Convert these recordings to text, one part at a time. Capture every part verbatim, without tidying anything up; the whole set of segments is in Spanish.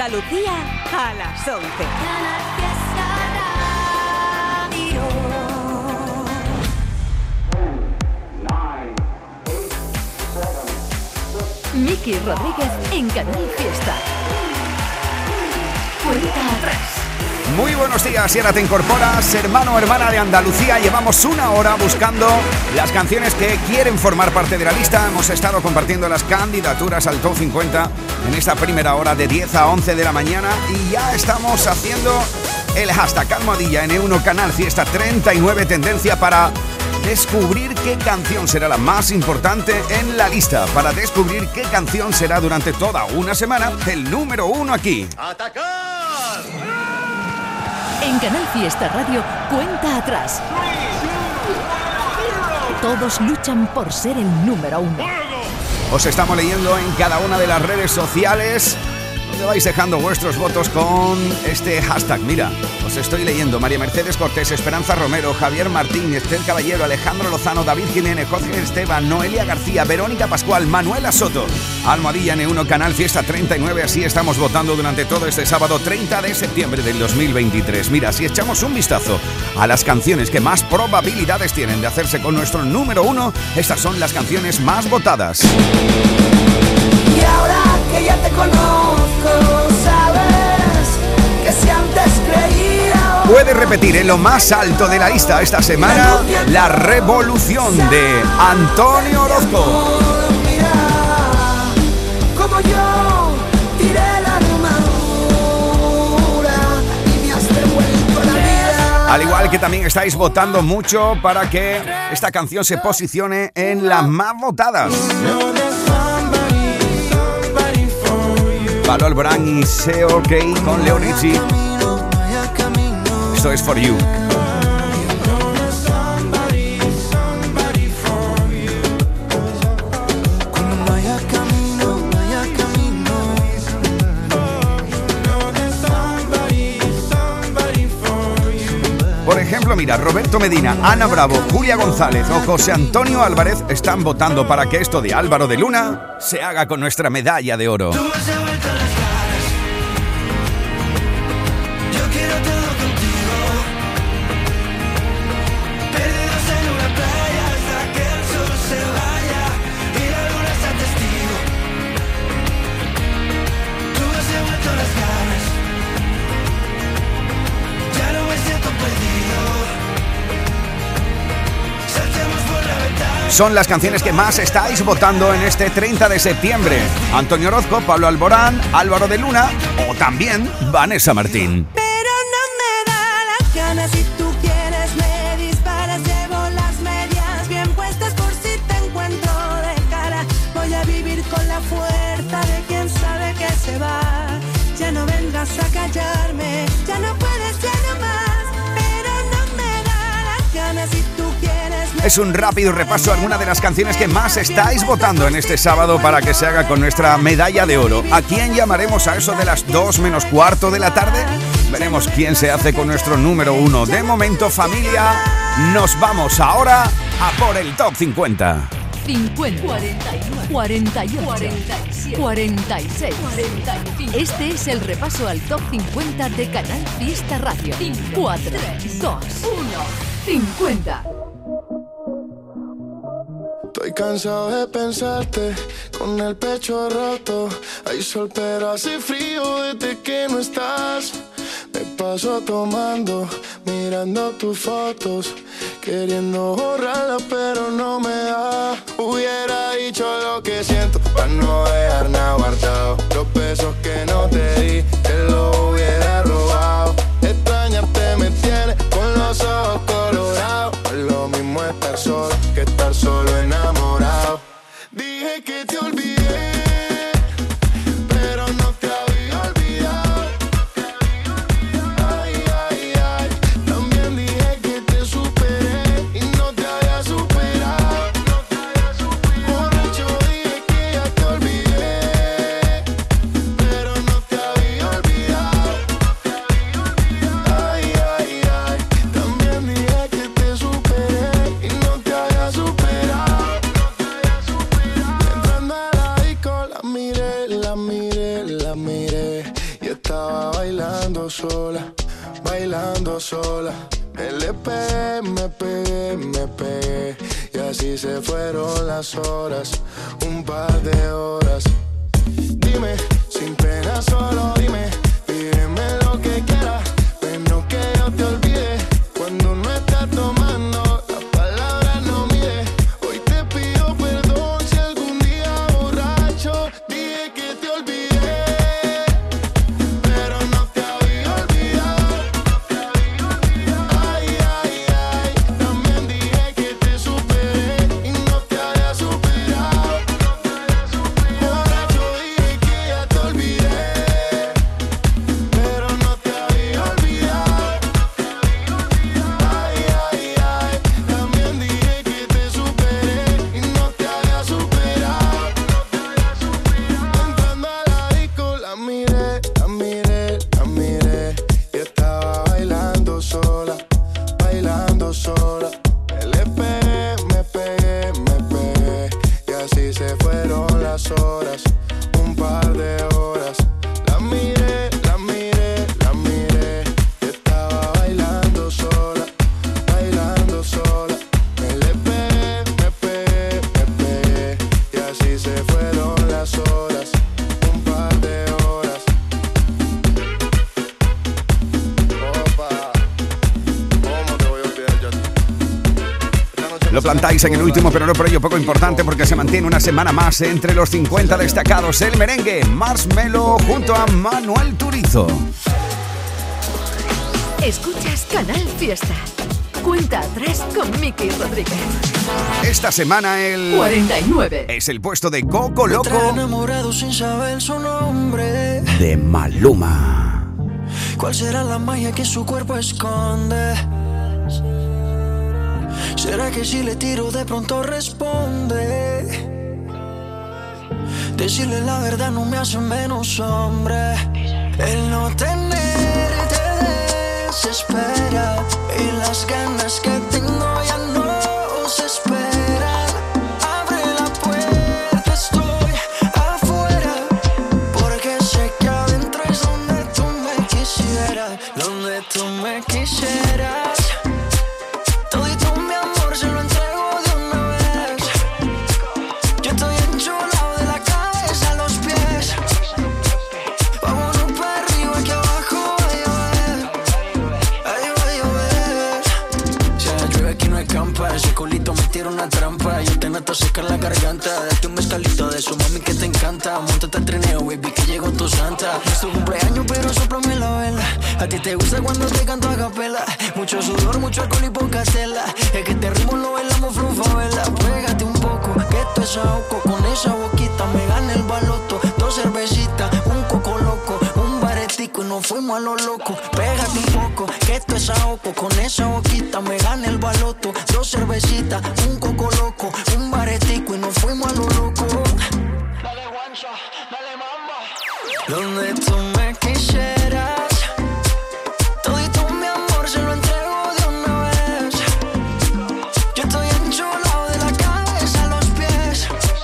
Andalucía a las once. Miki Rodríguez en Canal Fiesta. Cuenta atrás. Muy buenos días, si ahora te incorporas, hermano o hermana de Andalucía. Llevamos una hora buscando las canciones que quieren formar parte de la lista. Hemos estado compartiendo las candidaturas al Top cincuenta en esta primera hora de diez a once de la mañana. Y ya estamos haciendo el hashtag Almohadilla N uno Canal Fiesta treinta y nueve, tendencia para descubrir qué canción será la más importante en la lista. Para descubrir qué canción será durante toda una semana el número uno aquí. ¡Atacar! En Canal Fiesta Radio, cuenta atrás. Todos luchan por ser el número uno. Os estamos leyendo en cada una de las redes sociales, donde vais dejando vuestros votos con este hashtag. Mira, os estoy leyendo: María Mercedes Cortés, Esperanza Romero, Javier Martín, Estel Caballero, Alejandro Lozano, David Jiménez, Jorge Esteban, Noelia García, Verónica Pascual, Manuela Soto. Almohadilla N uno Canal Fiesta treinta y nueve, así estamos votando durante todo este sábado treinta de septiembre del dos mil veintitrés. Mira, si echamos un vistazo a las canciones que más probabilidades tienen de hacerse con nuestro número uno, estas son las canciones más votadas. Y ahora que ya te conozco, sabes que si antes creía... Puede repetir en lo más alto de la lista esta semana La Revolución de Antonio Orozco. Mira, como yo tiré la armadura y me has devuelto la vida. Al igual que también estáis votando mucho para que esta canción se posicione en las más votadas. Pablo Alborán y Say OK con Leo Richie. Esto es For You. Por ejemplo, mira, Roberto Medina, Ana Bravo, Julia González o José Antonio Álvarez están votando para que esto de Álvaro de Luna se haga con nuestra medalla de oro. Son las canciones que más estáis votando en este treinta de septiembre. Antonio Orozco, Pablo Alborán, Álvaro de Luna o también Vanessa Martín. Pero no me da la gana, si tú quieres me disparas, llevo las medias bien puestas por si te encuentro de cara. Voy a vivir con la fuerza de quien sabe que se va. Ya no vengas a callarme, ya no puedes, ya no más. Pero no me da la gana, si tú quieres. Es un rápido repaso a alguna de las canciones que más estáis votando en este sábado para que se haga con nuestra medalla de oro. ¿A quién llamaremos a eso de las dos menos cuarto de la tarde? Veremos quién se hace con nuestro número uno. De momento, familia, nos vamos ahora a por el Top cincuenta. cincuenta, cuarenta y nueve, cuarenta y ocho, cuarenta y siete, cuarenta y seis, cuarenta y cinco. Este es el repaso al Top cincuenta de Canal Fiesta Radio. cuatro, dos, uno, cincuenta. Estoy cansado de pensarte con el pecho roto. Hay sol pero hace frío desde que no estás. Me paso tomando, mirando tus fotos, queriendo borrarlas pero no me da. Hubiera dicho lo que siento para no dejar nada guardado. Los besos que no te di, te los hubiera robado. Extrañarte me tiene con los ojos colorados. Es lo mismo estar solo que estar solo enamorado. Dije que te olvidé, pero no te había olvidado. Ay, ay, ay. También dije que te superé y no te había superado. Borracho dije que ya te olvidé, pero no te había olvidado. Ay, ay, ay. También dije que te superé y no te había superado. Entrando a sola, bailando sola. Me le pegué, me pegué, me pegué. Y así se fueron las horas, un par de horas. Dime, sin pena solo dime, pídeme lo que quieras, pero que yo te olvide. Cuando no estás tomando, las palabras no mide. Hoy te pido perdón si algún día borracho dije que te olvidé, pero no te había olvidado. Ay, ay, ay, también dije que te superé y no te había superado. Borracho dije que ya te olvidé, pero no te había olvidado. Ay, ay, ay, también dije que te superé y no te había superado. Entrando a la disco la miré, la miré, la miré y estaba bailando sola, bailando sola. Me le pegué, me pegué, me pegué y así se fueron las horas, un par de horas. La miré, la miré, la miré y estaba bailando sola, bailando sola. Me le pegué, me pegué, me pegué y así se fueron las horas, un par de horas. Opa, ¿cómo te voy a olvidar yo? Lo plantáis en el último, pero no por ello poco importante, porque se mantiene una semana más entre los cincuenta destacados. El merengue, Marshmello junto a Manuel Turizo. Escuchas Canal Fiesta. Cuenta atrás con Miki Rodríguez. Esta semana el cuarenta y nueve. es el puesto de Coco Loco enamorado sin saber su nombre. de Maluma. ¿Cuál será la magia que su cuerpo esconde? ¿Será que si le tiro de pronto responde? Decirle la verdad no me hace menos hombre. El no tenerte desespera y las ganas que tengo ya no se esperan. Abre la puerta, estoy afuera, porque sé que adentro es donde tú me quisieras, donde tú me quisieras. Todito mi amor se lo entrego de una vez. Yo estoy enchulado de la cabeza a los pies. Vámonos para arriba que abajo va a llover. Ahí va a llover. Si la llueve aquí no escampa, ese culito me tira una trampa. Yo te nato a secar la garganta. Date un mezcalito de su mami que te encanta. Móntate al trineo, baby, que llegó tu santa. Es tu cumpleaños, pero sóplame la vela. A ti te gusta cuando te canto a capela. Mucho sudor, mucho alcohol y poca tela. Es que este ritmo lo bailamos flufavela. Pégate un poco, que esto es ahogo. Con esa boquita me gana el baloto. Dos cervecitas, un coco loco, un baretico y nos fuimos a lo loco. Pégate un poco, que esto es ahogo. Con esa boquita me gana el baloto. Dos cervecitas, un coco loco, un baretico y nos fuimos a lo loco. Dale guancha, dale mamba. Donde tú me quisieras. Todito mi amor se lo entrego de una vez. Yo estoy enchulado de la cabeza a los pies.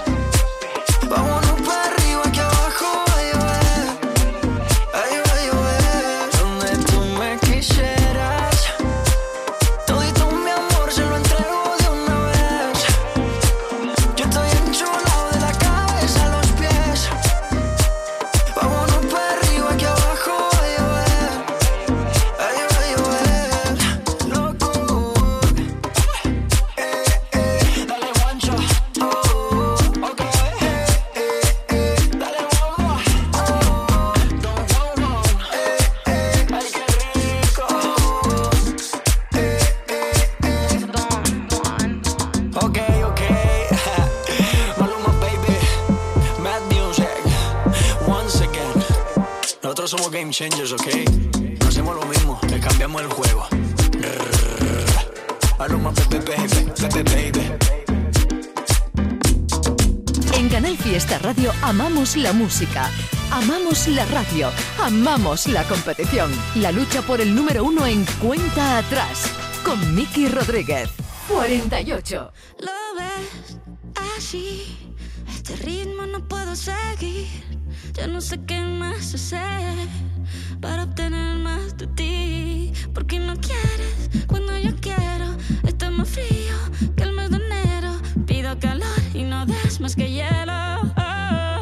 Vámonos para arriba que abajo va a llover. Ahí va a llover. Donde tú me quisieras. Todito mi amor se lo entrego de una vez. Yo estoy enchulado de la cabeza a los pies. Vámonos para arriba que abajo va a llover. Ahí va a llover. Loco. Eh, eh. Dale guancho. Oh, ok. Eh, eh, eh. Dale bomba. Oh, don Juan. Eh, eh. Ay, qué rico. Eh, eh, eh. Ok, ok. Maluma, baby. Mad Music. Once again. Nosotros somos game changers, ok. No hacemos lo mismo, le cambiamos el juego. Maluma, baby, baby, baby, baby. En Canal Fiesta Radio amamos la música, amamos la radio, amamos la competición. La lucha por el número uno en Cuenta Atrás con Miki Rodríguez. cuarenta y ocho. Lo ves así, este ritmo no puedo seguir. Ya no sé qué más hacer. para obtener más de ti. Porque no quieres cuando yo quiero. Está más frío que el mes de enero. Pido calor y no des más que hielo. Oh.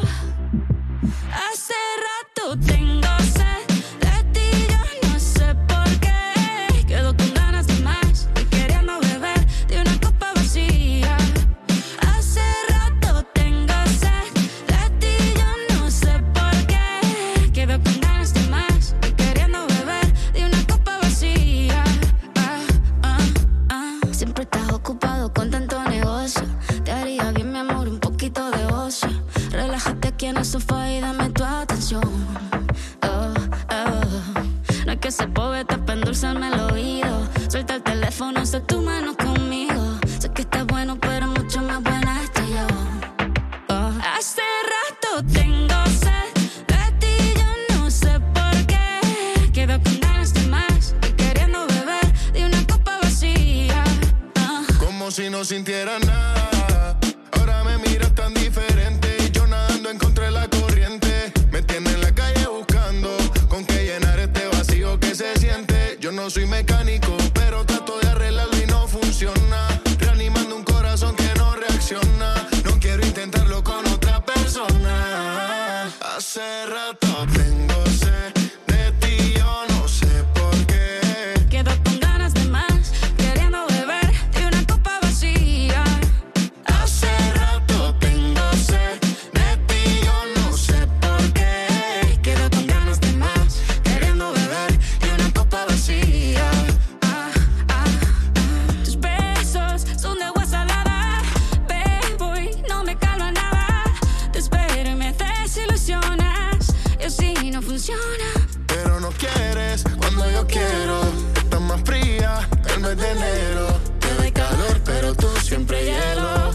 Hace rato tengo sed de ti, yo no sé por qué. Quedo con ganas de más y queriendo beber de una copa vacía. Hace rato tengo sed de ti, yo no sé por qué. Quedo con ganas de más y queriendo beber de una copa vacía. Ah, ah, ah. Siempre estás ocupado con tanto negocio. Te haría bien, mi amor, un poquito de ocio. Relájate aquí en el sofá y dame tu atención. Oh, oh. No es que se poeta para endulzarme el oído. Suelta el teléfono, haz tu mano conmigo. Sé que estás bueno, pero mucho más buena estoy yo. Oh. Hace rato tengo sed de ti, yo no sé por qué. Quedo con ganas de más y queriendo beber de una copa vacía. Oh. Como si no sintiera nada. Ahora me miras tan diferente. Y yo nadando en contra de la corriente. Me tiene en la calle buscando con qué llenar este vacío que se siente. Yo no soy mecánico, pero trato de arreglarlo y no funciona. Reanimando un corazón que no reacciona. No quiero intentarlo con otra persona. Hace rato tengo sed de ti, yo no sé por qué. Quedo con ganas de más, queriendo beber de una copa vacía. Hace rato tengo sed de ti, yo no sé por qué. Quedo con ganas de más, queriendo beber de una copa vacía. Ah, ah, ah. Tus besos son de agua salada. Bebo y no me calma nada. Te espero y me desilusionas. Y así no funciona. Pero no quieres cuando yo quiero. Estás más fría que el mes de enero. Te doy calor, pero tú siempre hielo.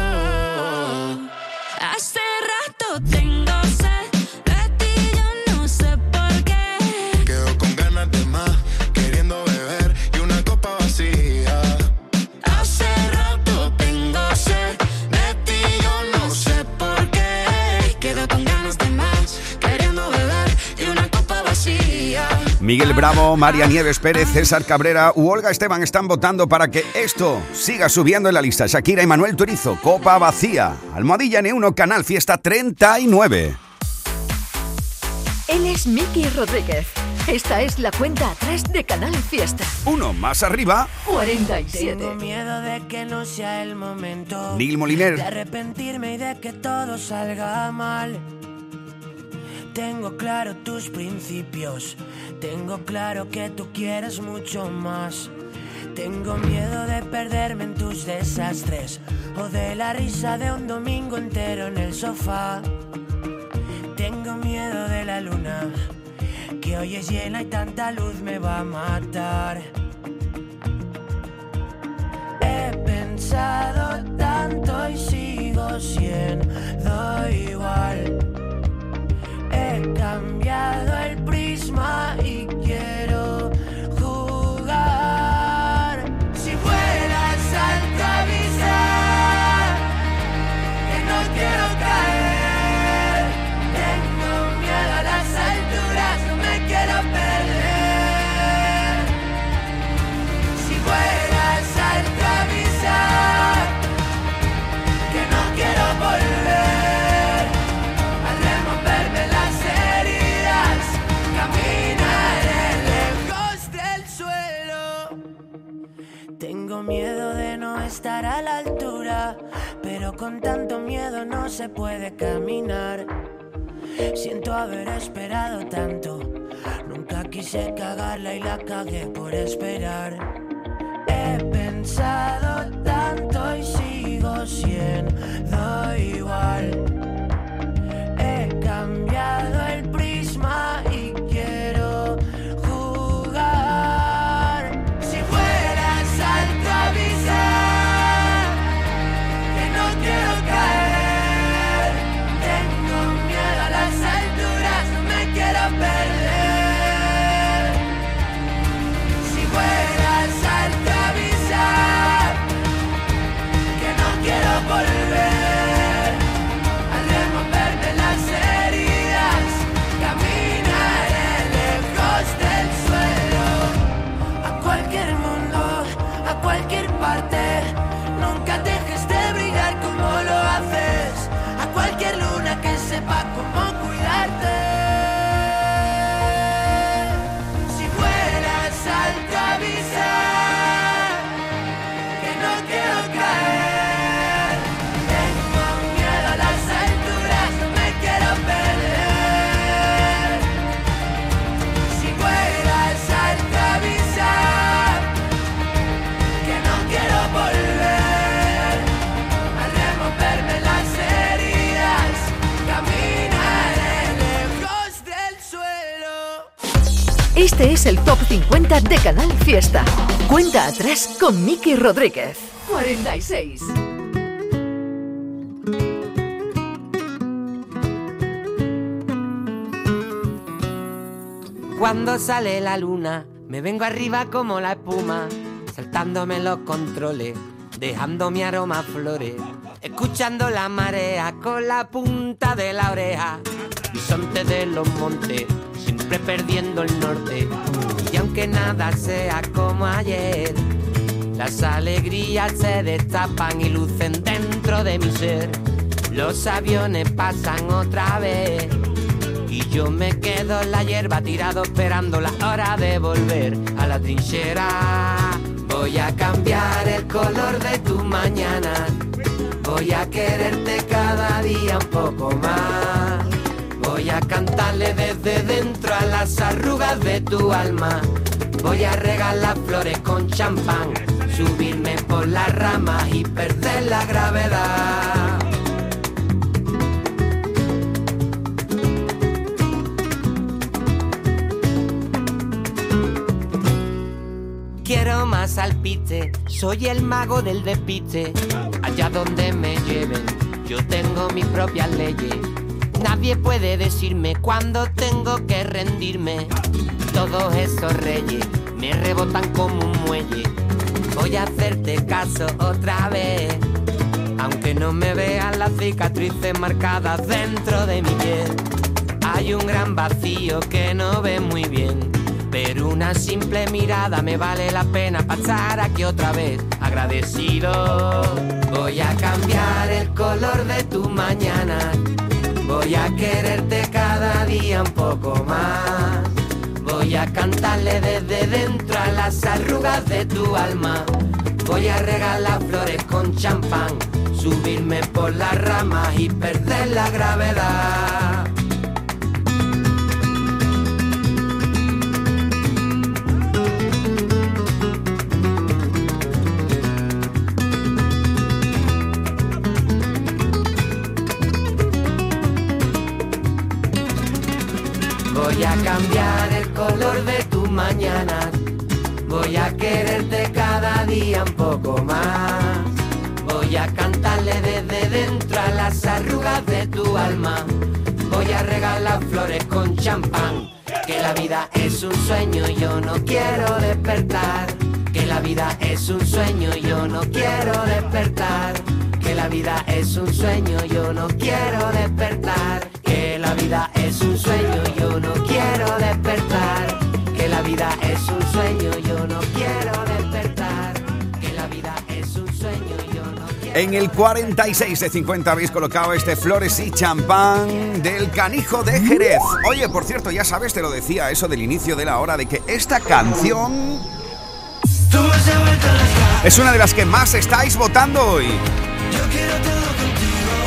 Oh. Hace rato tengo sed de ti, yo no sé por qué. Quedo con ganas de más, queriendo beber y una copa vacía. Hace rato tengo sed de ti, yo no sé por qué. Quedo con ganas de más, queriendo beber y una copa vacía. Miguel Bravo, María Nieves Pérez, César Cabrera u Olga Esteban están votando para que esto siga subiendo en la lista. Shakira y Manuel Turizo, Copa Vacía. Almohadilla N uno, Canal Fiesta treinta y nueve. Él es Miki Rodríguez. Esta es la cuenta atrás de Canal Fiesta. Uno más arriba, cuarenta y siete. Tengo miedo de que no sea el momento Neil Moliner. de arrepentirme y de que todo salga mal. Tengo claro tus principios. Tengo claro que tú quieres mucho más. Tengo miedo de perderme en tus desastres o de la risa de un domingo entero en el sofá. Tengo miedo de la luna, que hoy es llena y tanta luz me va a matar. He pensado tanto y sigo siendo igual. He cambiado el prisma y quiero jugar. Si fueras al avisar que no quiero caer. Tengo miedo a las alturas, no me quiero perder. Si fueras al avisar que no quiero volver. Tengo miedo de no estar a la altura, pero con tanto miedo no se puede caminar. Siento haber esperado tanto, nunca quise cagarla y la cagué por esperar. He pensado tanto y sigo siendo igual. He cambiado el prisma y quiero jugar. Si fueras alto avisar que no quiero caer. Tengo miedo a las alturas, no me quiero perder. Si fueras alto avisar que no quiero volver. Este es el Top cincuenta de Canal Fiesta. Cuenta atrás con Miki Rodríguez. cuarenta y seis. Cuando sale la luna, me vengo arriba como la espuma, saltándome los controles, dejando mi aroma a flores, escuchando la marea con la punta de la oreja, bisonte de los montes, siempre perdiendo el norte. Y aunque nada sea como ayer, las alegrías se destapan y lucen dentro de mi ser. Los aviones pasan otra vez y yo me quedo en la hierba tirado esperando la hora de volver a la trinchera. Voy a cambiar el color de tu mañana, voy a quererte cada día un poco más. Voy a cantarle desde dentro a las arrugas de tu alma. Voy a regalar flores con champán, subirme por las ramas y perder la gravedad. Quiero más alpiste, soy el mago del despiste. Allá donde me lleven, yo tengo mis propias leyes. Nadie puede decirme cuándo tengo que rendirme. Todos esos reyes me rebotan como un muelle. Voy a hacerte caso otra vez, aunque no me vean las cicatrices marcadas dentro de mi piel. Hay un gran vacío que no ve muy bien, pero una simple mirada me vale la pena pasar aquí otra vez. Agradecido, voy a cambiar el color de tu mañana, voy a quererte cada día un poco más. Voy a cantarle desde dentro a las arrugas de tu alma. Voy a regalar flores con champán, subirme por las ramas y perder la gravedad. Voy a cambiar el color de tu mañana, voy a quererte cada día un poco más. Voy a cantarle desde dentro a las arrugas de tu alma. Voy a regalar flores con champán, que la vida es un sueño y yo no quiero despertar. Que la vida es un sueño y yo no quiero despertar. Que la vida es un sueño y yo no quiero despertar. Que la vida es un sueño y yo no quiero despertar. Que la vida es un sueño y yo no quiero despertar. Que la vida es un sueño y yo no quiero. En el cuarenta y seis de cincuenta habéis colocado este Flores y Champán del Canijo de Jerez. Oye, por cierto, ya sabes, te lo decía eso del inicio de la hora, de que esta canción es una de las que más estáis votando hoy. Yo quiero todo contigo,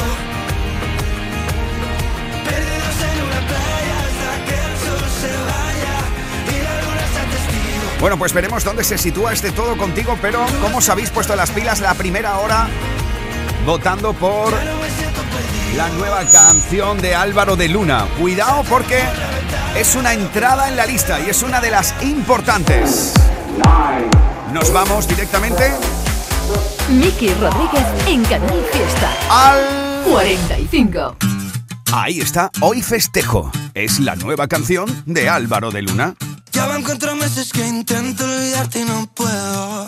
perdidos en una playa hasta que el sol se vaya y la luna sea testigo. Bueno, pues veremos dónde se sitúa este Todo Contigo, pero ¿cómo os habéis puesto las pilas la primera hora votando por la nueva canción de Álvaro de Luna? Cuidado porque es una entrada en la lista y es una de las importantes. Nos vamos directamente Miki Rodríguez en Canal Fiesta. al cuarenta y cinco. Ahí está, Hoy Festejo. Es la nueva canción de Álvaro de Luna. Ya van cuatro meses que intento olvidarte y no puedo.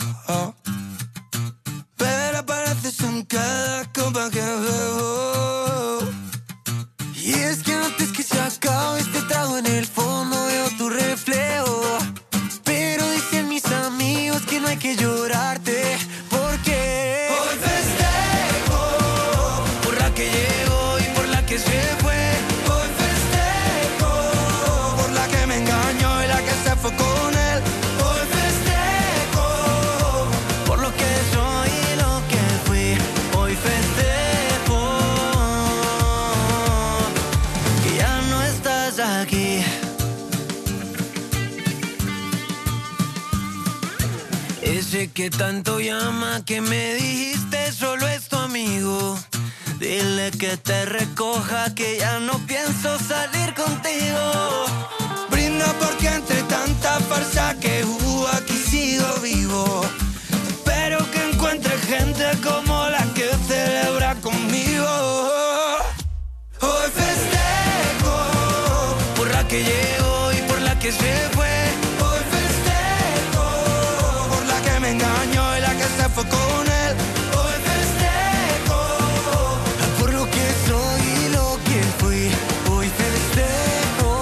Pero apareces en cada copa que bebo. Y es que antes que se acabe este trago en el fondo veo tu reflejo. Pero dicen mis amigos que no hay que llorarte, porque hoy festejo por la que llegó y por la que se fue. Hoy festejo por la que me engañó y la que se fue con él. Hoy festejo por lo que soy y lo que fui. Hoy festejo que ya no estás aquí. Ese que tanto llama, que me dijiste solo es tu amigo. Dile que te recoja, que ya no pienso salir contigo. Brinda venga porque entre tanta farsa que hubo aquí sigo vivo. Espero que encuentre gente como la que celebra conmigo. Hoy festejo por la que llegó y por la que se fue. Hoy festejo por la que me engañó y la que se fue con él. Hoy festejo por lo que soy y lo que fui. Hoy festejo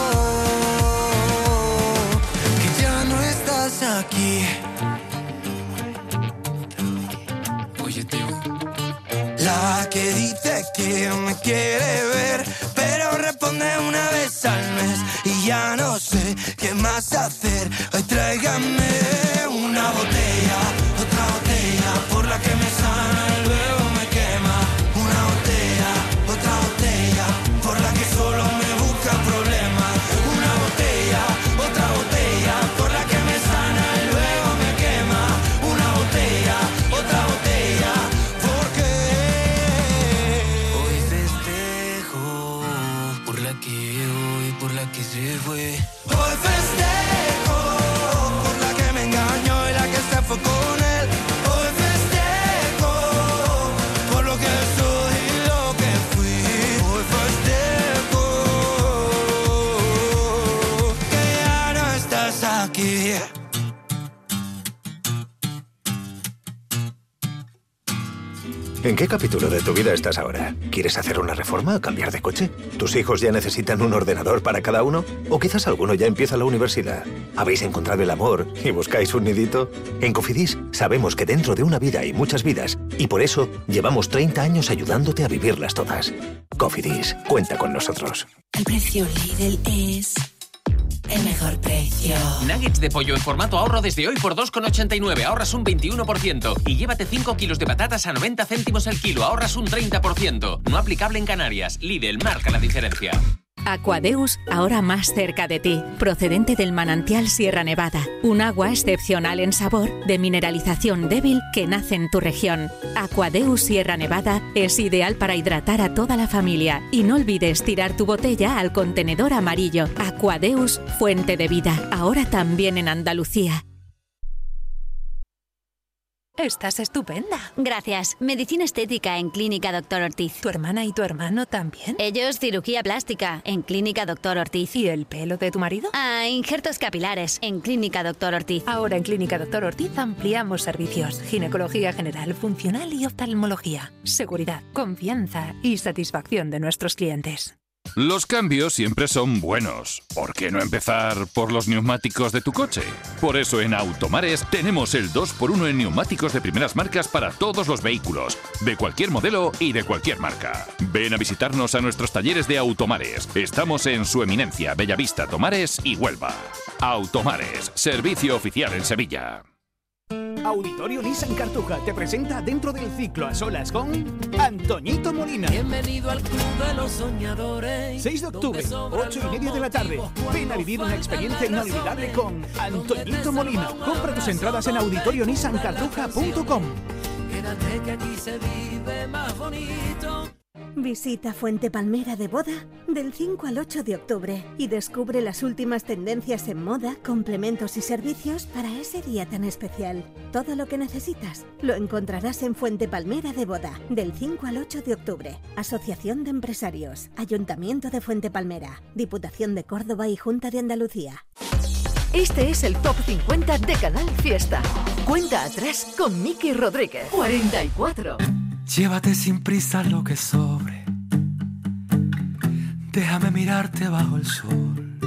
que ya no estás aquí. Oye, tío. La que dice que me quiere ver, pero responde una vez al mes y ya no sé qué más hacer. Hoy tráigame una botella, otra botella, por la que me sana y luego me quema. Una botella, otra botella, por la que solo me busca problemas. Una botella, otra botella, por la que me sana y luego me quema. Una botella, otra botella, porque hoy festejo por la que hoy, por la que se fue. Hoy festejo por la que me engañó y la que se fue con él. Hoy festejo por lo que soy y lo que fui. Hoy festejo que ya no estás aquí. ¿En qué capítulo de tu vida estás ahora? ¿Quieres hacer una reforma o cambiar de coche? ¿Tus hijos ya necesitan un ordenador para cada uno? ¿O quizás alguno ya empieza la universidad? ¿Habéis encontrado el amor y buscáis un nidito? En Cofidis sabemos que dentro de una vida hay muchas vidas y por eso llevamos treinta años ayudándote a vivirlas todas. Cofidis, cuenta con nosotros. El precio Lidl es el mejor precio. Nuggets de pollo en formato ahorro desde hoy por dos con ochenta y nueve, ahorras un veintiuno por ciento. Y llévate cinco kilos de patatas a noventa céntimos el kilo, ahorras un treinta por ciento. No aplicable en Canarias. Lidl marca la diferencia. Aquadeus, ahora más cerca de ti, procedente del manantial Sierra Nevada, un agua excepcional en sabor, de mineralización débil que nace en tu región. Aquadeus Sierra Nevada es ideal para hidratar a toda la familia y no olvides tirar tu botella al contenedor amarillo. Aquadeus, fuente de vida, ahora también en Andalucía. Estás estupenda. Gracias. Medicina estética en Clínica Doctor Ortiz. ¿Tu hermana y tu hermano también? Ellos cirugía plástica en Clínica Doctor Ortiz. ¿Y el pelo de tu marido? Ah, injertos capilares en Clínica Doctor Ortiz. Ahora en Clínica Doctor Ortiz ampliamos servicios. Ginecología general, funcional y oftalmología. Seguridad, confianza y satisfacción de nuestros clientes. Los cambios siempre son buenos. ¿Por qué no empezar por los neumáticos de tu coche? Por eso en Automares tenemos el dos por uno en neumáticos de primeras marcas para todos los vehículos, de cualquier modelo y de cualquier marca. Ven a visitarnos a nuestros talleres de Automares. Estamos en Su Eminencia, Bellavista, Tomares y Huelva. Automares, servicio oficial en Sevilla. Auditorio Nissan Cartuja te presenta Dentro del Ciclo a Solas con Antoñito Molina. Bienvenido al Club de los Soñadores. seis de octubre, ocho y media de la tarde. Ven a vivir una experiencia inolvidable con Antoñito Molina. Compra tus entradas en auditorio nissan cartuja punto com. Quédate que aquí se vive más bonito. Visita Fuente Palmera de Boda del cinco al ocho de octubre y descubre las últimas tendencias en moda, complementos y servicios para ese día tan especial. Todo lo que necesitas lo encontrarás en Fuente Palmera de Boda del cinco al ocho de octubre. Asociación de Empresarios, Ayuntamiento de Fuente Palmera, Diputación de Córdoba y Junta de Andalucía. Este es el Top cincuenta de Canal Fiesta. Cuenta atrás con Miki Rodríguez. cuarenta y cuatro. Llévate sin prisa lo que sobre. Déjame mirarte bajo el sol.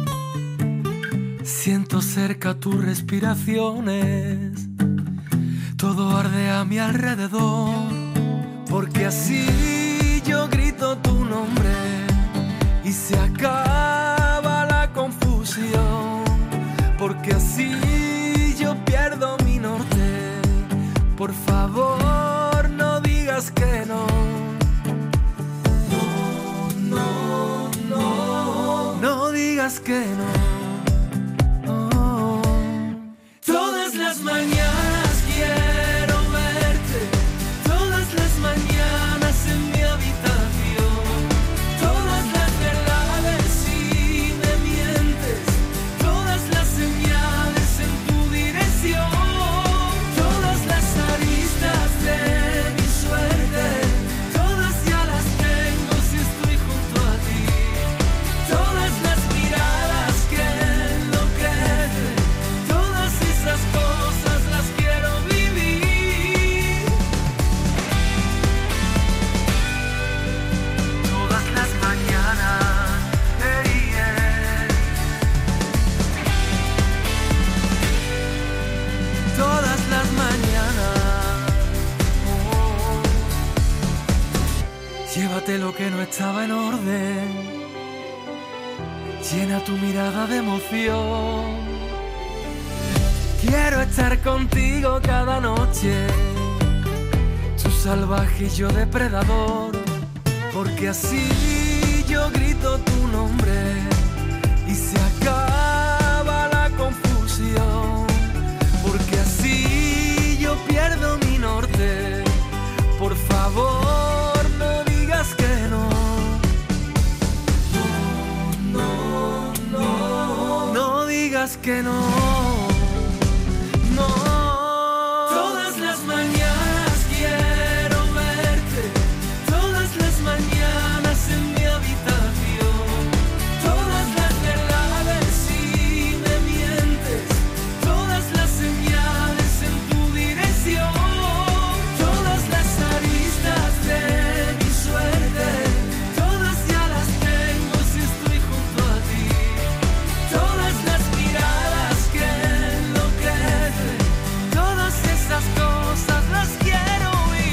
Siento cerca tus respiraciones. Todo arde a mi alrededor. Porque así yo grito tu nombre y se acaba la confusión. Porque así yo pierdo mi norte. Por favor, no digas que no. No, no, no. No digas que no. No. Todas las mañanas quiero verte. Todas las mañanas en mi habitación. Todas las verdades si me mientes. lo que no estaba en orden. Llena tu mirada de emoción. Quiero estar contigo cada noche, tú salvaje y yo depredador, porque así yo grito tu nombre y se acaba la confusión, porque así yo pierdo mi norte. Por favor, no digas que no. No, no, no, no digas que no. No. Todas las mañanas quiero verte, todas las mañanas en mi habitación, todas las verdades si me mientes, todas las señales en tu dirección, todas las aristas de mi suerte, todas ya las tengo si estoy junto a ti, todas las miradas que enloquecen, todas esas cosas las quiero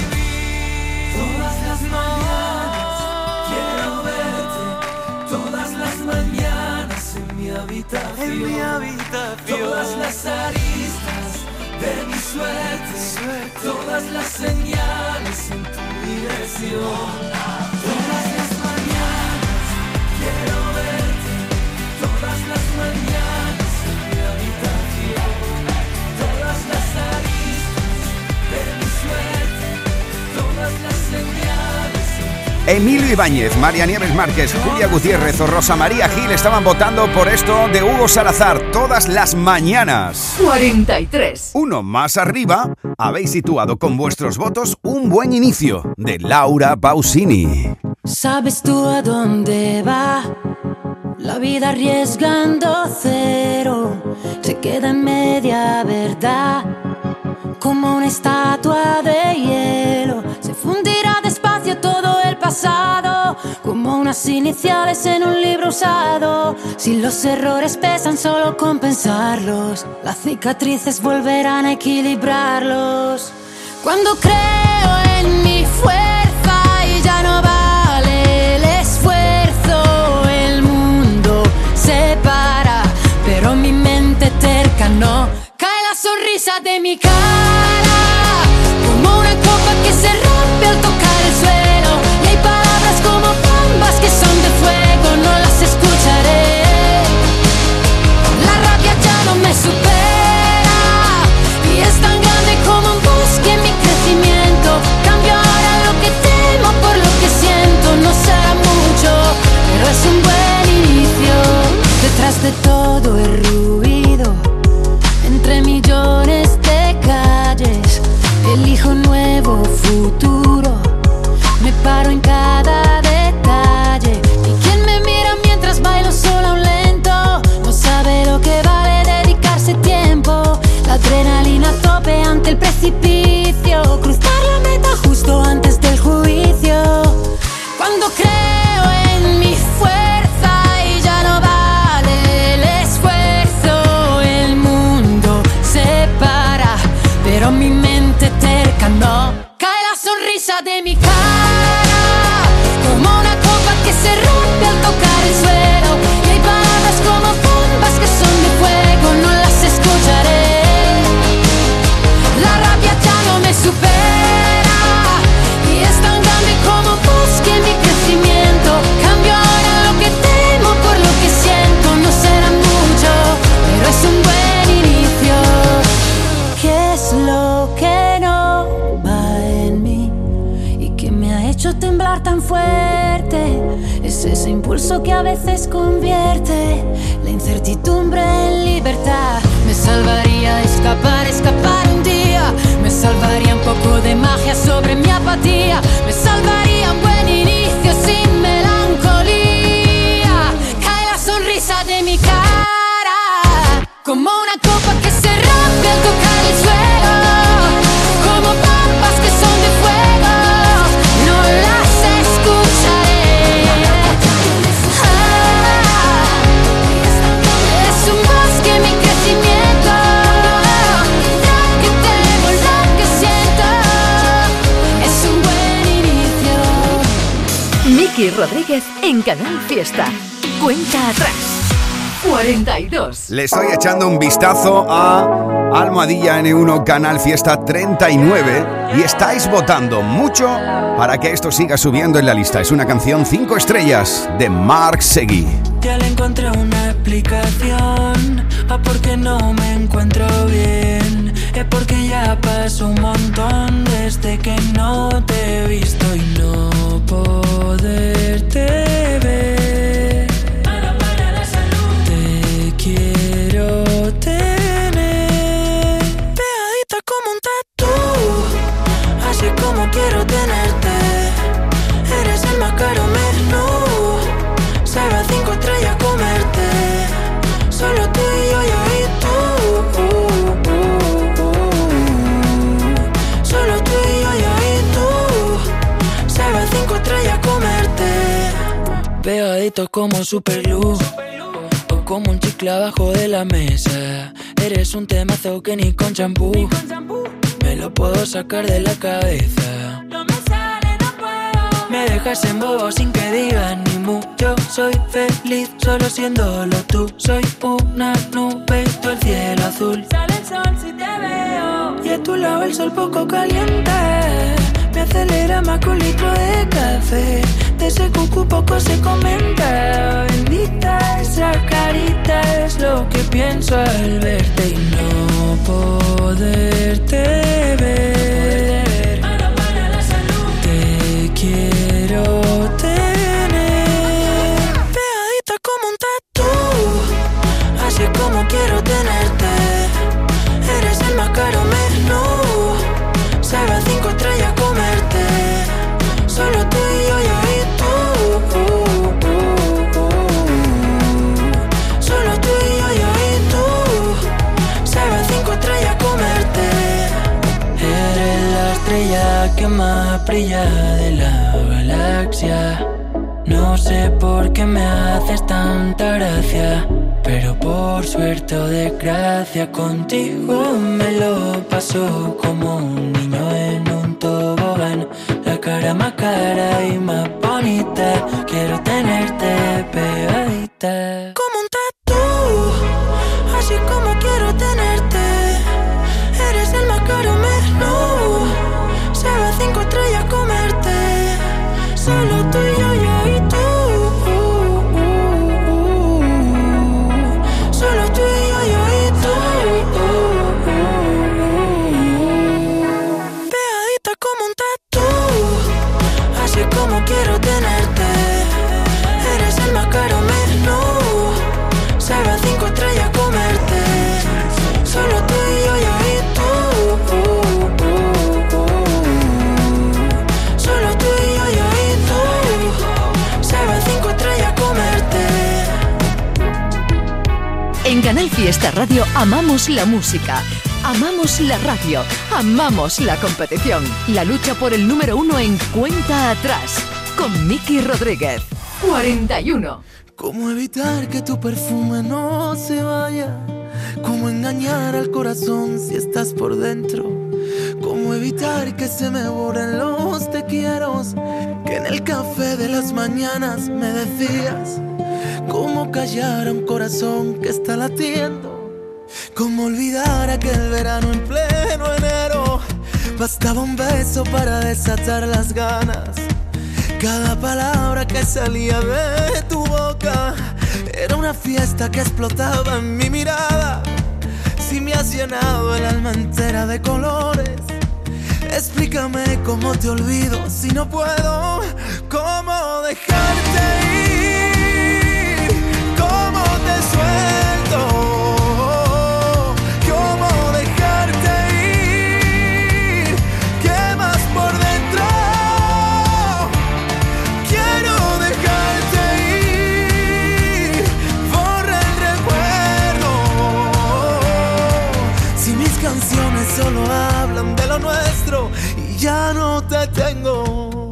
vivir. Todas las mañanas quiero verte, todas las mañanas en mi habitación, en mi habitación, todas las aristas de mi suerte, suerte, todas las señales en tu dirección. Todas las mañanas quiero verte, todas las mañanas en mi habitación, todas las aristas de mi suerte, todas las señales en tu Emilio Ibáñez, María Nieves Márquez, Julia Gutiérrez o Rosa María Gil estaban votando por esto de Hugo Salazar, Todas las mañanas. cuarenta y tres. Uno más arriba, habéis situado con vuestros votos Un buen inicio, de Laura Pausini. ¿Sabes tú a dónde va? La vida arriesgando cero, se queda en media verdad, como una estatua de hielo. Se fundirá despacio todo el pasado, como unas iniciales en un libro usado. Si los errores pesan solo con pensarlos, las cicatrices volverán a equilibrarlos. Cuando creo en mi fuerza y ya no vale el esfuerzo, el mundo se para, pero mi mente terca no. Cae la sonrisa de mi cara, como una copa que se rompe al tocar el suelo. Y hay palabras como bombas que son de fuego, no las escucharé. La rabia ya no me supera y es tan grande como un bosque en mi crecimiento. Cambio ahora lo que temo por lo que siento. No será mucho, pero es un buen inicio. Detrás de todo el ruido, entre millones de calles, elijo un nuevo futuro. Me paro en cada detalle. Y quien me mira mientras bailo sola un lento, no sabe lo que vale dedicarse tiempo. La adrenalina a tope ante el precipicio, cruzar la meta justo antes del juicio. Cuando creo en mi fuerza y ya no vale el esfuerzo, el mundo se para, pero mi mente terca no. Cae la sonrisa de mi cara, como una copa que se rompe al tocar el suelo. Y hay palabras como bombas que son de fuego, no las escucharé. La rabia ya no me supera y es tan grande como un bosque en mi crecimiento. Cambio ahora lo que temo por lo que siento. No será mucho, pero es un buen inicio. ¿Qué es lo que no va en mí y que me ha hecho temblar tan fuerte? Es ese impulso que a veces convierte la incertidumbre en libertad. Me salvaría escapar, escapar un día. Me salvaría un poco de magia sobre mi apatía. Me salvaría un buen inicio sin melancolía. Cae la sonrisa de mi cara, como una copa que se rompe al tocar el suelo. Como bombas que son de fuego, no las escucharé. Ah, es un bosque en mi crecimiento. Lo que temo, lo que siento, es un buen inicio. Miki Rodríguez en Canal Fiesta. Cuenta atrás. cuarenta y dos. Le estoy echando un vistazo a Almohadilla ene uno Canal Fiesta treinta y nueve y estáis votando mucho para que esto siga subiendo en la lista. Es una canción cinco estrellas de Marc Seguí. Ya le encontré una explicación a por qué no me encuentro bien. Es porque ya pasó un montón desde que no te he visto y no poderte ver. Te quiero tener pegadita como un tatú, así como quiero tenerte. Eres el más caro menú, sabe a cinco estrellas comerte. Solo tú y yo, yo y tú. Solo tú y yo, yo y tú. Sabe a cinco estrellas comerte. Pegadito como superglue o como un chicle abajo de la mesa. Eres un temazo que ni con champú me lo puedo sacar de la cabeza. No me sale, no puedo. Me dejas en bobo sin que digas ni mu. Yo soy feliz solo siéndolo tú. Soy una nube, tú el cielo azul. Sale el sol si te veo. Y a tu lado el sol poco caliente me acelera más que un litro de café. De ese cucu poco se comenta. Bendita esa carita, es lo que pienso al verte y no poderte ver. Te quiero tener pegadita como un tatú, así como quiero tenerte. Eres el más caro menú, sabe a cinco estrellas comerte. Solo tú y yo, yo y tú. Solo tú y yo, yo y tú. Sabe a cinco estrellas comerte. Eres la estrella que más brilla de la galaxia. No sé por qué me haces tanta gracia, pero por suerte o desgracia contigo me lo paso como un niño en un tobogán. La cara más cara y más bonita, quiero tenerte pegadita como un tatú, así como quiero tenerte. Eres el más caro menú, sabe a cinco estrellas comerte. Solo tú y yo, yo y tú. Solo tú y yo, yo y tú. Pegadita como un tatú, así como quiero tenerte. Eres el más caro menú, sabe a cinco estrellas comerte. Solo tú y yo, yo y tú. Solo tú y yo, yo y tú. Sabe a cinco estrellas comerte. En Canal Fiesta Radio amamos la música, amamos la radio, amamos la competición. La lucha por el número uno en Cuenta Atrás con Miki Rodríguez. cuarenta y uno. ¿Cómo evitar que tu perfume no se vaya? ¿Cómo engañar al corazón si estás por dentro? ¿Cómo evitar que se me borren los te quieros que en el café de las mañanas me decías? ¿Cómo callar a un corazón que está latiendo? ¿Cómo olvidar aquel verano en pleno enero? Bastaba un beso para desatar las ganas. Cada palabra que salía de tu boca era una fiesta que explotaba en mi mirada. Si me has llenado el alma entera de colores, explícame cómo te olvido si no puedo. ¿Cómo dejarte ir? ¿Cómo te suelto? ¿Cómo dejarte ir? ¿Qué más por dentro? Quiero dejarte ir. Borra el recuerdo. Si mis canciones solo hablan de lo nuestro y ya no te tengo.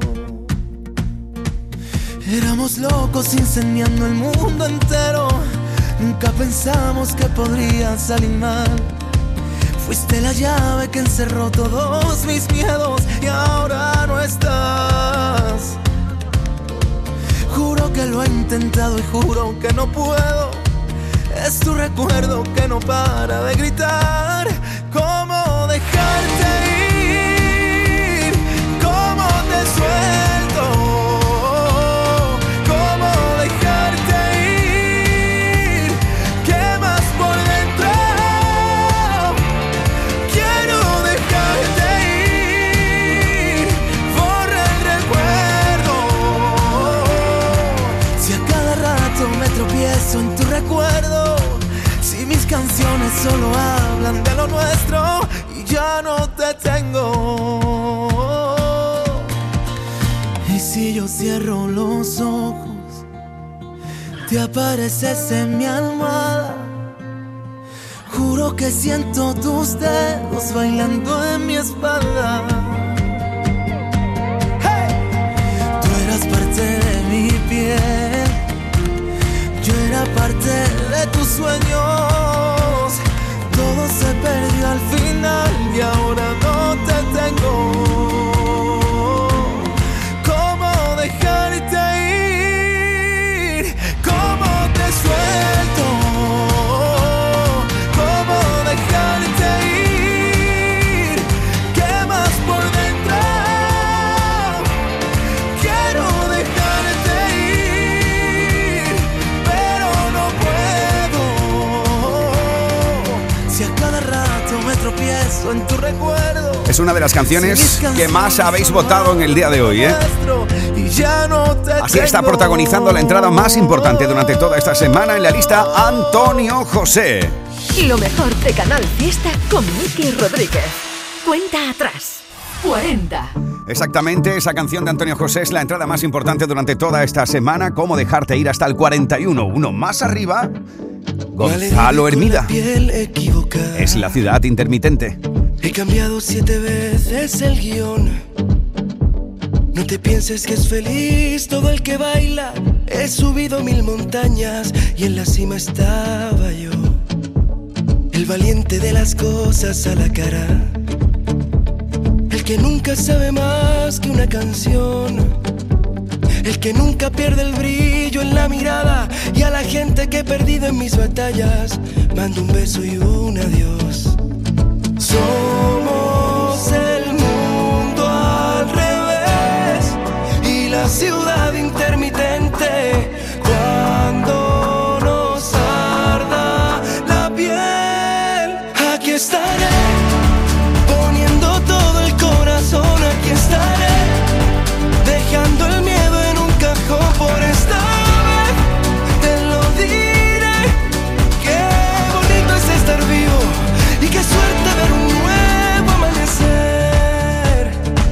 Éramos locos incendiando el mundo entero. Nunca pensamos que podría salir mal. Fuiste la llave que encerró todos mis miedos y ahora no estás. que lo he intentado y juro que no puedo. Es tu recuerdo que no para de gritar. ¿Cómo dejarte ir? ¿Cómo te suelto? ¿Cómo dejarte ir? Quemas por dentro. Quiero dejarte ir. Borra el recuerdo. Si a cada rato me tropiezo en tu recuerdo, si mis canciones solo hablan de lo nuestro y ya no te tengo. Y si yo cierro los ojos, te apareces en mi almohada. Juro que siento tus dedos bailando en mi espalda. Hey. Tú eras parte de mi piel, yo era parte de tus sueños. Todo se perdió al final y ahora no te tengo. ¿Cómo dejarte ir? ¿Cómo te suelto? ¿Cómo dejarte ir? Quemas por dentro. Quiero dejarte ir, pero no puedo. Si a cada rato me tropiezo en tu recuerdo. Es una de las canciones que más habéis votado en el día de hoy, ¿eh? Así está protagonizando la entrada más importante durante toda esta semana en la lista Antonio José. Lo mejor de Canal Fiesta con Miki Rodríguez. Cuenta atrás. cuarenta. Exactamente, esa canción de Antonio José es la entrada más importante durante toda esta semana. ¿Cómo dejarte ir? Hasta el cuarenta y uno. Uno más arriba, Gonzalo Hermida. Es la ciudad intermitente. He cambiado siete veces el guión. No te pienses que es feliz todo el que baila. He subido mil montañas y en la cima estaba yo. El valiente de las cosas a la cara. El que nunca sabe más que una canción. El que nunca pierde el brillo en la mirada. Y a la gente que he perdido en mis batallas mando un beso y un adiós. Somos el mundo al revés y la ciudad intermitente. Cuando nos arda la piel, aquí estaré, poniendo todo el corazón. Aquí estaré, dejando el miedo en un cajón. Por esta vez te lo diré. Qué bonito es estar vivo y qué suerte ver un nuevo amanecer.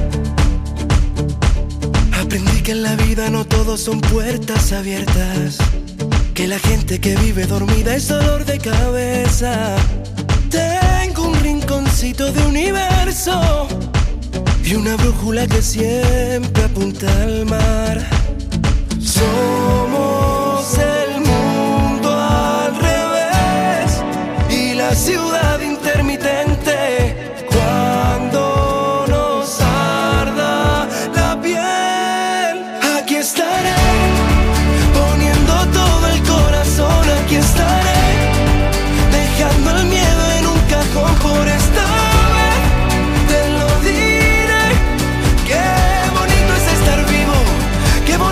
Aprendí que en la vida no todos son puertas abiertas, que la gente que vive dormida es dolor de cabeza. Tengo un rinconcito de universo y una brújula que siempre apunta al mar. Somos el mundo al revés y la ciudad intermitente. Cuando nos arda la piel, aquí estaré, poniendo todo el corazón. Aquí estaré, dejando el miedo en un cajón. Por esta vez te lo diré. Qué bonito es estar vivo, qué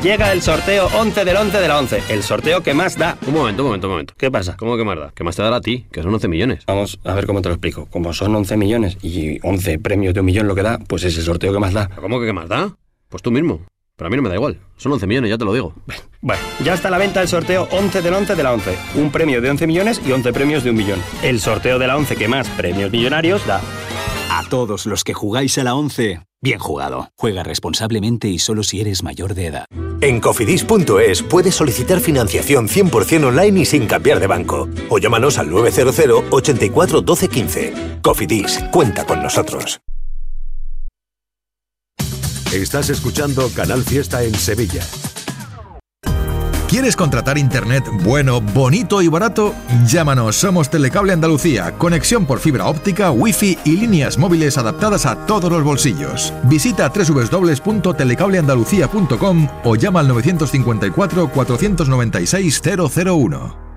Llega el sorteo once del once de la once, el sorteo que más da. Un momento, un momento, un momento. ¿Qué pasa? ¿Cómo que más da? ¿Qué más te dará a ti? Que son once millones. Vamos a ver cómo te lo explico. Como son once millones y once premios de un millón lo que da, pues es el sorteo que más da. ¿Cómo que qué más da? Pues tú mismo. Pero a mí no me da igual. Son once millones, ya te lo digo. Bueno, ya está a la venta el sorteo once del once de la once. Un premio de once millones y once premios de un millón. El sorteo de la once que más premios millonarios da. A todos los que jugáis a la once, bien jugado. Juega responsablemente y solo si eres mayor de edad. En cofidis punto es puedes solicitar financiación cien por ciento online y sin cambiar de banco. O llámanos al nueve cero cero, ochenta y cuatro, doce, quince. Cofidis, cuenta con nosotros. Estás escuchando Canal Fiesta en Sevilla. ¿Quieres contratar internet bueno, bonito y barato? Llámanos, somos Telecable Andalucía. Conexión por fibra óptica, wifi y líneas móviles adaptadas a todos los bolsillos. Visita doble u doble u doble u punto telecable andalucía punto com o llama al nueve cinco cuatro, cuatro nueve seis, cero cero uno.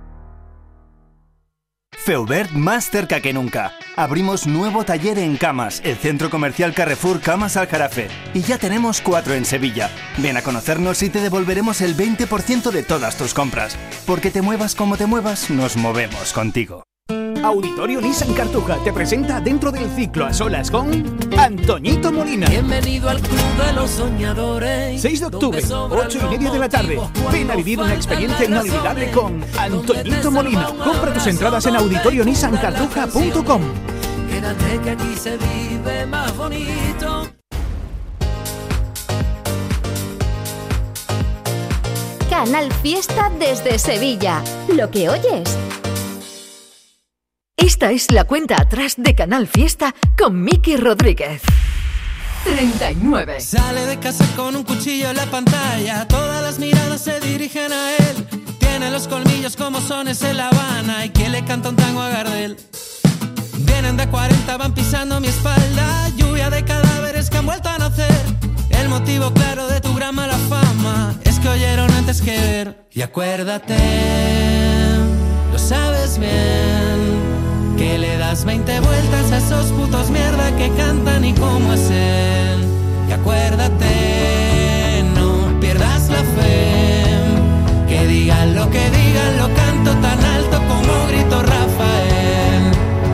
Feubert más cerca que nunca. Abrimos nuevo taller en Camas, el centro comercial Carrefour Camas Aljarafe. Y ya tenemos cuatro en Sevilla. Ven a conocernos y te devolveremos el veinte por ciento de todas tus compras. Porque te muevas como te muevas, nos movemos contigo. Auditorio Nissan Cartuja te presenta Dentro del Ciclo a Solas con Antoñito Molina. Bienvenido al club de los soñadores. seis de octubre, ocho y media de la tarde. Ven a vivir una experiencia inolvidable con Antoñito Molina. Compra tus entradas en auditorio nissan cartuja punto com. Quédate que aquí se vive más bonito. Canal Fiesta desde Sevilla. Lo que oyes. Esta es la cuenta atrás de Canal Fiesta con Miki Rodríguez. treinta y nueve. Sale de casa con un cuchillo en la pantalla. Todas las miradas se dirigen a él. Tiene los colmillos como sones en La Habana. Y que le canta un tango a Gardel. Vienen de cuarenta, van pisando mi espalda. Lluvia de cadáveres que han vuelto a nacer. El motivo claro de tu gran mala fama es que oyeron antes que ver. Y acuérdate, lo sabes bien, que le das veinte vueltas a esos putos mierda que cantan y cómo es él. Y acuérdate, no pierdas la fe, que digan lo que digan, lo canto tan alto como grito Rafael.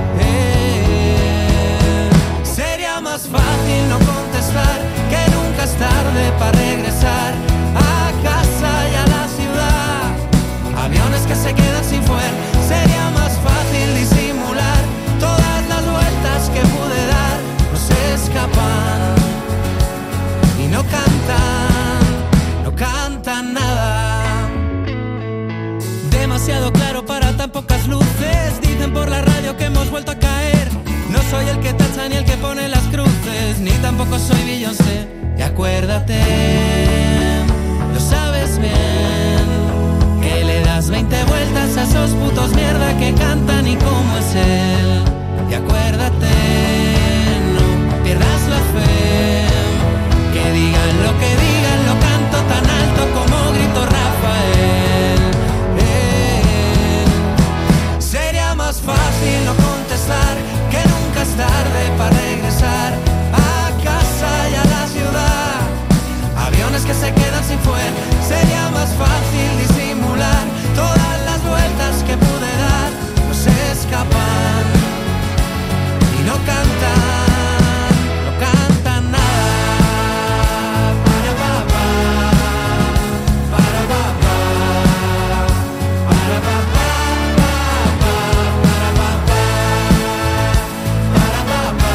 Eh, sería más fácil no contestar, que nunca es tarde para regresar a casa y a la ciudad. Aviones que se quedan sin fuel, sería más fácil disimular todas las vueltas que pude dar. No se escapan y no cantan, no cantan nada. Demasiado claro para tan pocas luces. Dicen por la radio que hemos vuelto a caer. No soy el que tacha ni el que pone las cruces, ni tampoco soy Beyoncé. Y acuérdate, lo sabes bien, que le das veinte vueltas a esos putos mierda que cantan y cómo es él. Y acuérdate, no pierdas la fe, que digan lo que digan, lo canto tan alto como grito Rafael. Eh, sería más fácil no contestar, que nunca es tarde para regresar a casa y a la ciudad. Aviones que se quedan sin fuel, sería más fácil disimular todas las vueltas que pude dar. No se escapan y no cantan, no cantan nada. Para papá, para papá, para papá, para papá, para papá,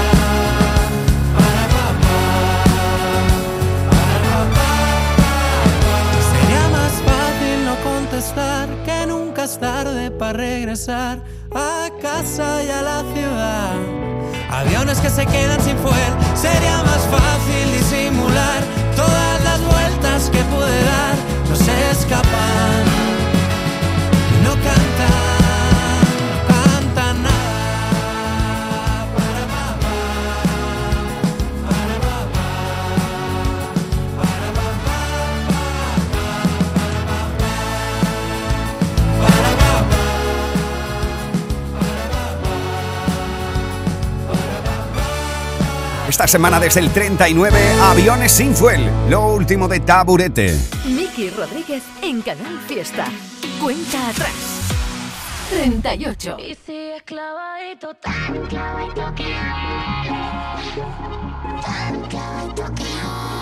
para papá, para papá. Sería más fácil no contestar, que nunca es tarde para regresar a casa y a la ciudad. Aviones que se quedan sin fuel, sería más fácil disimular todas las vueltas que pude dar. No se escapan y no cantan, no cantan nada. Para papá, para papá, para papá, para papá. Esta Cada semana desde el treinta y nueve, Aviones sin fuel, lo último de Taburete. Miki Rodríguez en Canal Fiesta. Cuenta atrás. treinta y ocho. Y sigues clavadito, tan clavadito que tan clavadito que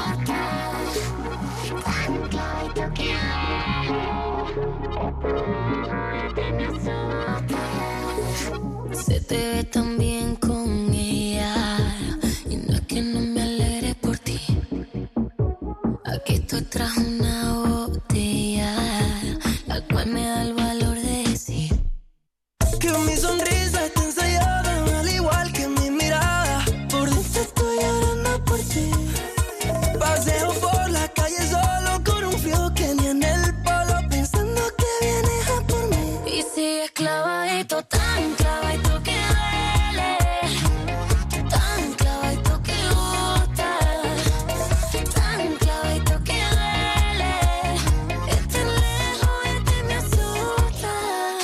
tan clavadito que se te ve tan bien con ella y no es que no me alegre por ti. Aquí estoy tras una botella, la cual me da el valor de decir que mi sonrisa está ensayada, al igual que mi mirada. Por dentro estoy llorando por ti. Paseo por la calle solo con un frío que ni en el polo, pensando que vienes a por mí. Y sigues clavadito, tan clavadito que duele, tan clavadito que gusta, tan clavadito que duele. Estar lejos de ti me asusta.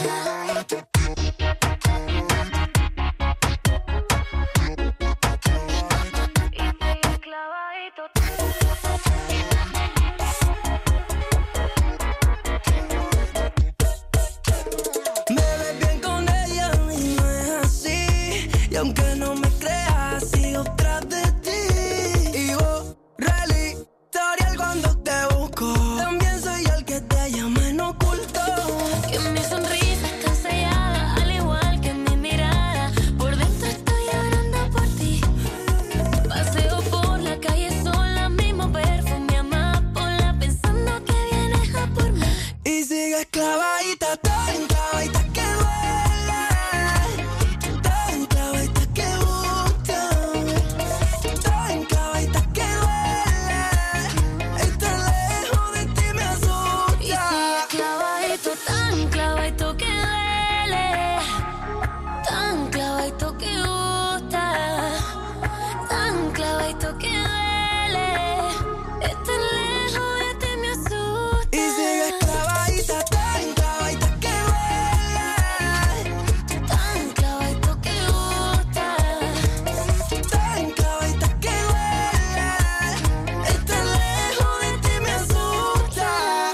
Me ves bien con ella y no es así. Y aunque no me creas, sigo tras de ti. Y borra el historial cuando te busco. También soy el que te llama en oculto. Que mi sonrisa está sellada, al igual que mi mirada. Por dentro estoy llorando por ti. Paseo por la calle sola, mismo perfume amapola, pensando que vienes a por mí. Y sigues clavadita, tan clavadita que duele, tan clavadita que gusta, tan clavadita que duele. Estar lejos de ti me asusta. Y sigues clavadito, tan clavadito que duele, tan clavadito que gusta, tan clavadito que duele. Estar lejos de ti me asusta. Y sigues clavadita, tan clavadita que duele, tan clavadito que gusta, tan clavadita que duele. Estar lejos de ti me asusta.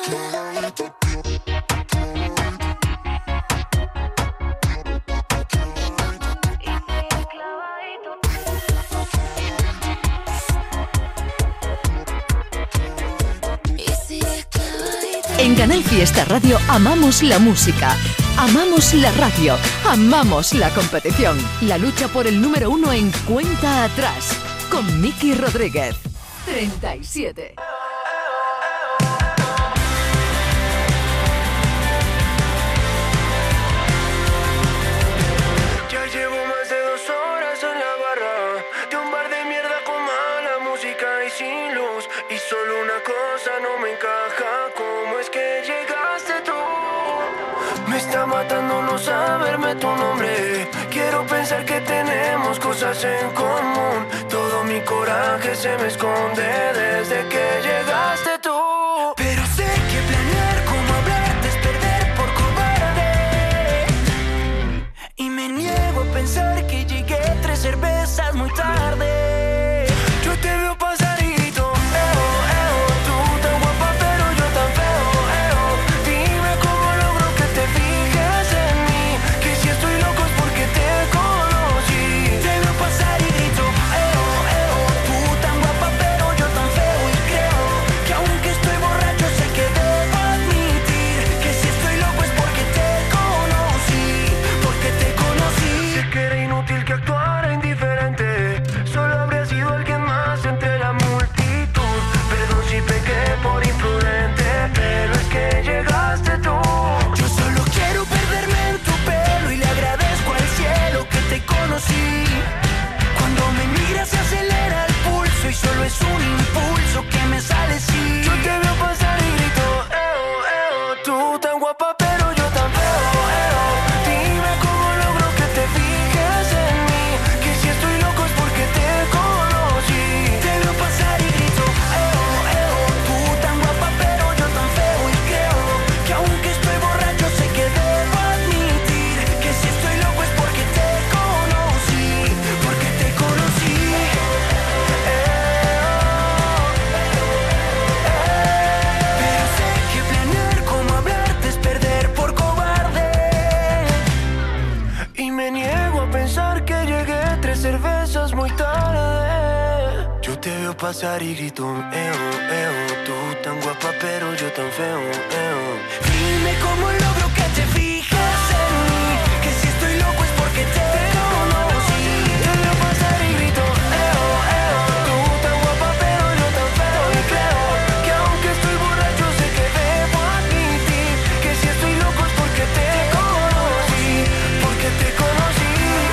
y sigues clavadito. En Canal Fiesta Radio amamos la música, amamos la radio, amamos la competición. La lucha por el número uno en Cuenta Atrás con Miki Rodríguez. treinta y siete. Ya llevo más de dos horas en la barra de un bar de mierda con mala música y sin luz. Y solo una cosa no me encaja, ¿cómo es que llegaste tú? Me está matando no saberme tu nombre. Quiero pensar que tenemos cosas en común. Todo mi coraje se me esconde desde que llegaste tú. Pero sé que planear cómo hablarte es perder por cobarde. Y me niego a pensar que llegué tres cervezas muy tarde. Yo te veo pasadito, eo, eo. Tú tan guapa pero yo tan feo, eo. Dime cómo logro que te fijes en mí. Que si estoy loco es porque te conocí. Te veo pasar y grito, eo, eo. Tú tan guapa pero yo tan feo y creo pasar y grito, eo, eo. Tú tan guapa pero yo tan feo, eo. Dime cómo logro que te fijes en mí, que si estoy loco es porque te conocí. Te veo pasar y grito, eo, eo. Tú tan guapa pero yo tan feo. Y creo que aunque estoy borracho sé que debo admitir que si estoy loco es porque te conocí, porque te conocí.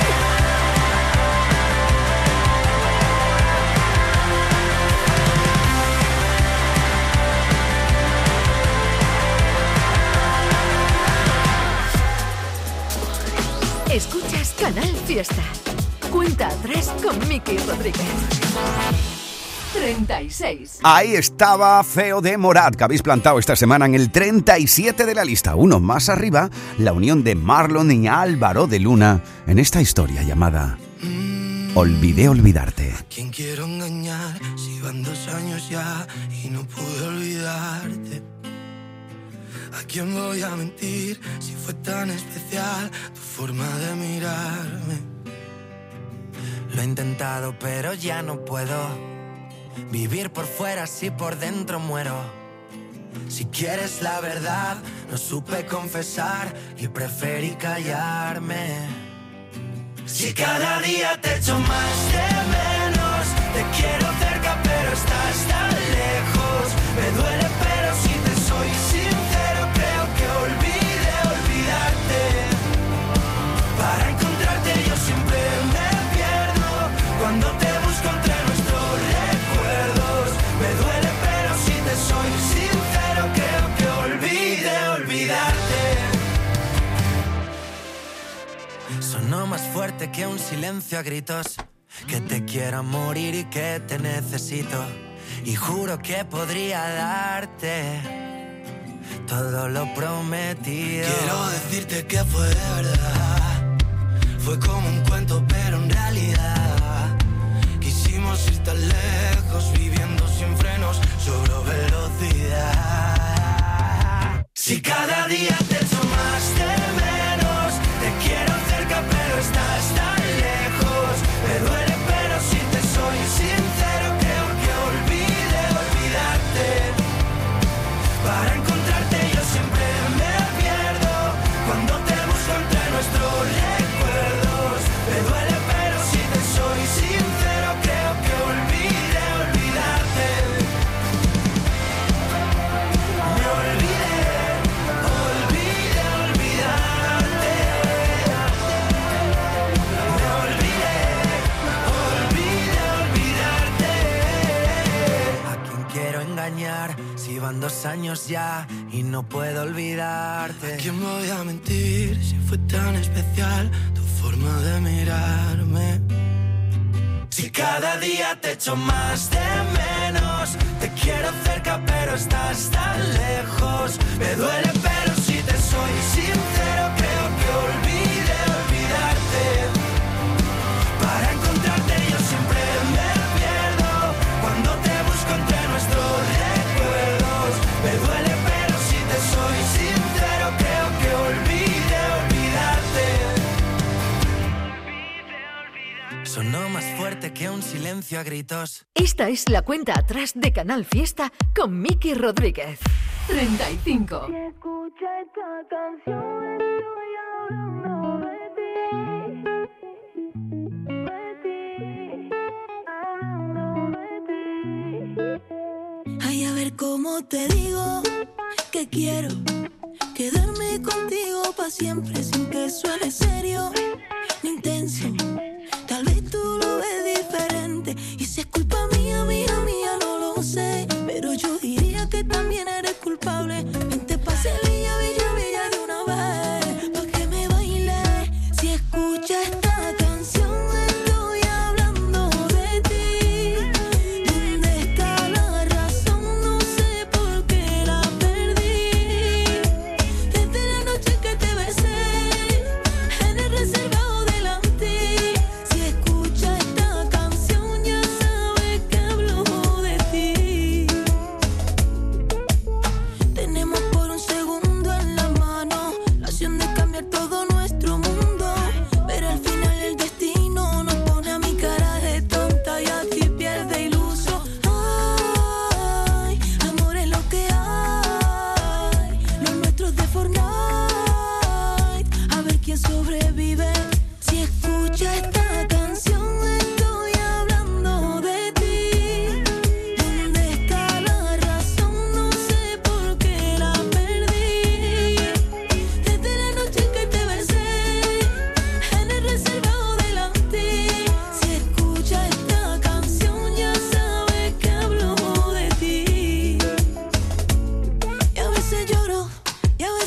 Escuchas Canal Fiesta. Cuenta atrás con Miki Rodríguez. treinta y seis. Ahí estaba Feo de Morat, que habéis plantado esta semana en el treinta y siete de la lista. Uno más arriba, la unión de Marlon y Álvaro de Luna en esta historia llamada Olvidé olvidarte. ¿A quién quiero engañar si van dos años ya y no pude olvidarte? ¿A quién voy a mentir si fue tan especial tu forma de mirarme? Lo he intentado pero ya no puedo vivir por fuera si por dentro muero. Si quieres la verdad, no supe confesar y preferí callarme. Si cada día te echo más de menos, te quiero cerca pero estás tan lejos. Me duele pero si te soy sincero creo que olvidé olvidarte. Para encontrarte yo siempre me pierdo cuando te busco entre nuestros recuerdos. Me duele pero si te soy sincero creo que olvidé olvidarte. Sonó más fuerte que un silencio a gritos, que te quiero a morir y que te necesito. Y juro que podría darte todo lo prometido. Quiero decirte que fue de verdad, fue como un cuento pero en realidad quisimos ir tan lejos, viviendo sin frenos, sobre velocidad. Si cada día te echo más de menos, te quiero cerca pero estás tan lejos. Me duele pero si te soy sincero creo que olvidé olvidarte. Para encontrarte yo siempre me pierdo cuando te busco entre nuestros recuerdos. Me duele pero si te soy sincero creo que olvidé olvidarte. Me olvidé, olvidé olvidarte. Me olvidé, olvidé olvidarte. ¿A quién quiero engañar si van dos años ya y no puedo olvidarte? ¿A quién voy a mentir si fue tan especial tu forma de mirarme? Si cada día te echo más de menos, te quiero cerca pero estás tan lejos. Me duele pero si te soy sincero creo que olvidé olvidarte. Para encontrarte yo siempre me pierdo cuando te busco entre nuestros recuerdos. Me duele pero si te soy sincero creo que olvidé olvidarte. Sonó más fuerte que un silencio a gritos. Esta es la cuenta atrás de Canal Fiesta con Miki Rodríguez. treinta y cinco. Si escucha esta canción estoy hablando de ti, de ti, hablando de ti. Ay, a ver cómo te digo que quiero quedarme contigo pa' siempre sin que suene serio ni intenso. Tal vez tú lo ves diferente y si es culpa mía, mía, mía, no lo sé. Pero yo diría que también eres culpable. Vente pa' Sevilla, Villa, Villa de una vez, pa' que me baile. Si escucha esta canción estoy hablando de ti. ¿Dónde está la razón? No sé por qué la perdí. Desde la noche que te besé en el reservado delante,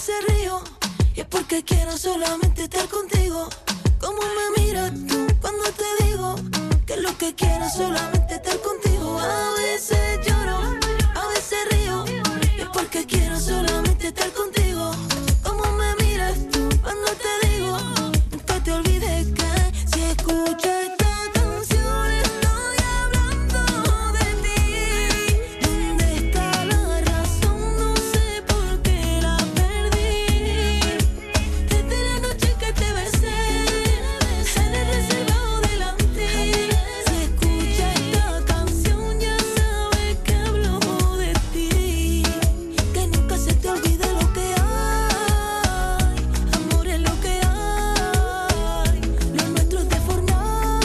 veces río y es porque quiero solamente estar contigo. Cómo me miras tú cuando te digo que lo que quiero solamente estar contigo. A veces lloro, a veces río y es porque quiero solamente estar contigo. Cómo me miras tú cuando te digo nunca te olvides que si escuchas esta canción estoy hablando de ti. ¿Dónde está la razón? No sé por qué la perdí. Desde la noche que te besé en el reservado delante. Si escuchas esta canción ya sabes que hablo de ti. Que nunca se te olvide lo que hay. Amor es lo que hay. Lo nuestro es de Fortnite.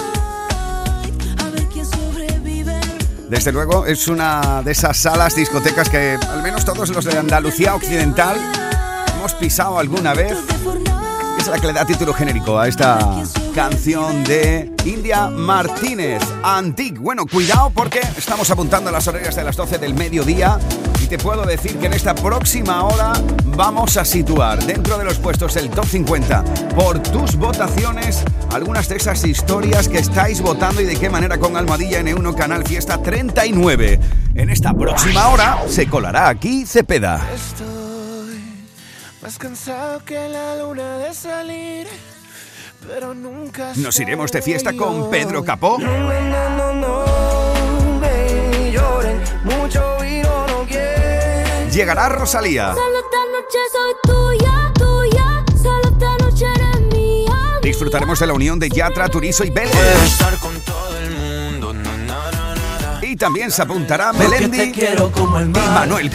A ver quién sobrevive. Desde luego es una de esas salas, discotecas que al menos todos los de Andalucía Occidental hemos pisado alguna vez. Es la que le da título genérico a esta canción de India Martínez, Antique. Bueno, cuidado porque estamos apuntando a las horarias de las doce del mediodía y te puedo decir que en esta próxima hora vamos a situar dentro de los puestos del Top cincuenta por tus votaciones algunas de esas historias que estáis votando y de qué manera con Almohadilla N uno Canal Fiesta treinta y nueve. En esta próxima hora se colará aquí Cepeda. Más cansado que la luna de salir, pero nunca Nos iremos de fiesta con Pedro Capó. No, no, no, me lloren mucho y no, no quieren. Llegará Rosalía. Solo esta noche soy tuya, tuya. Solo esta noche eres mía. Disfrutaremos de la unión de Yatra, Turizo y Vélez. Estar con todo el mundo, no, no, no, no. Y también se apuntará Melendi y Manuel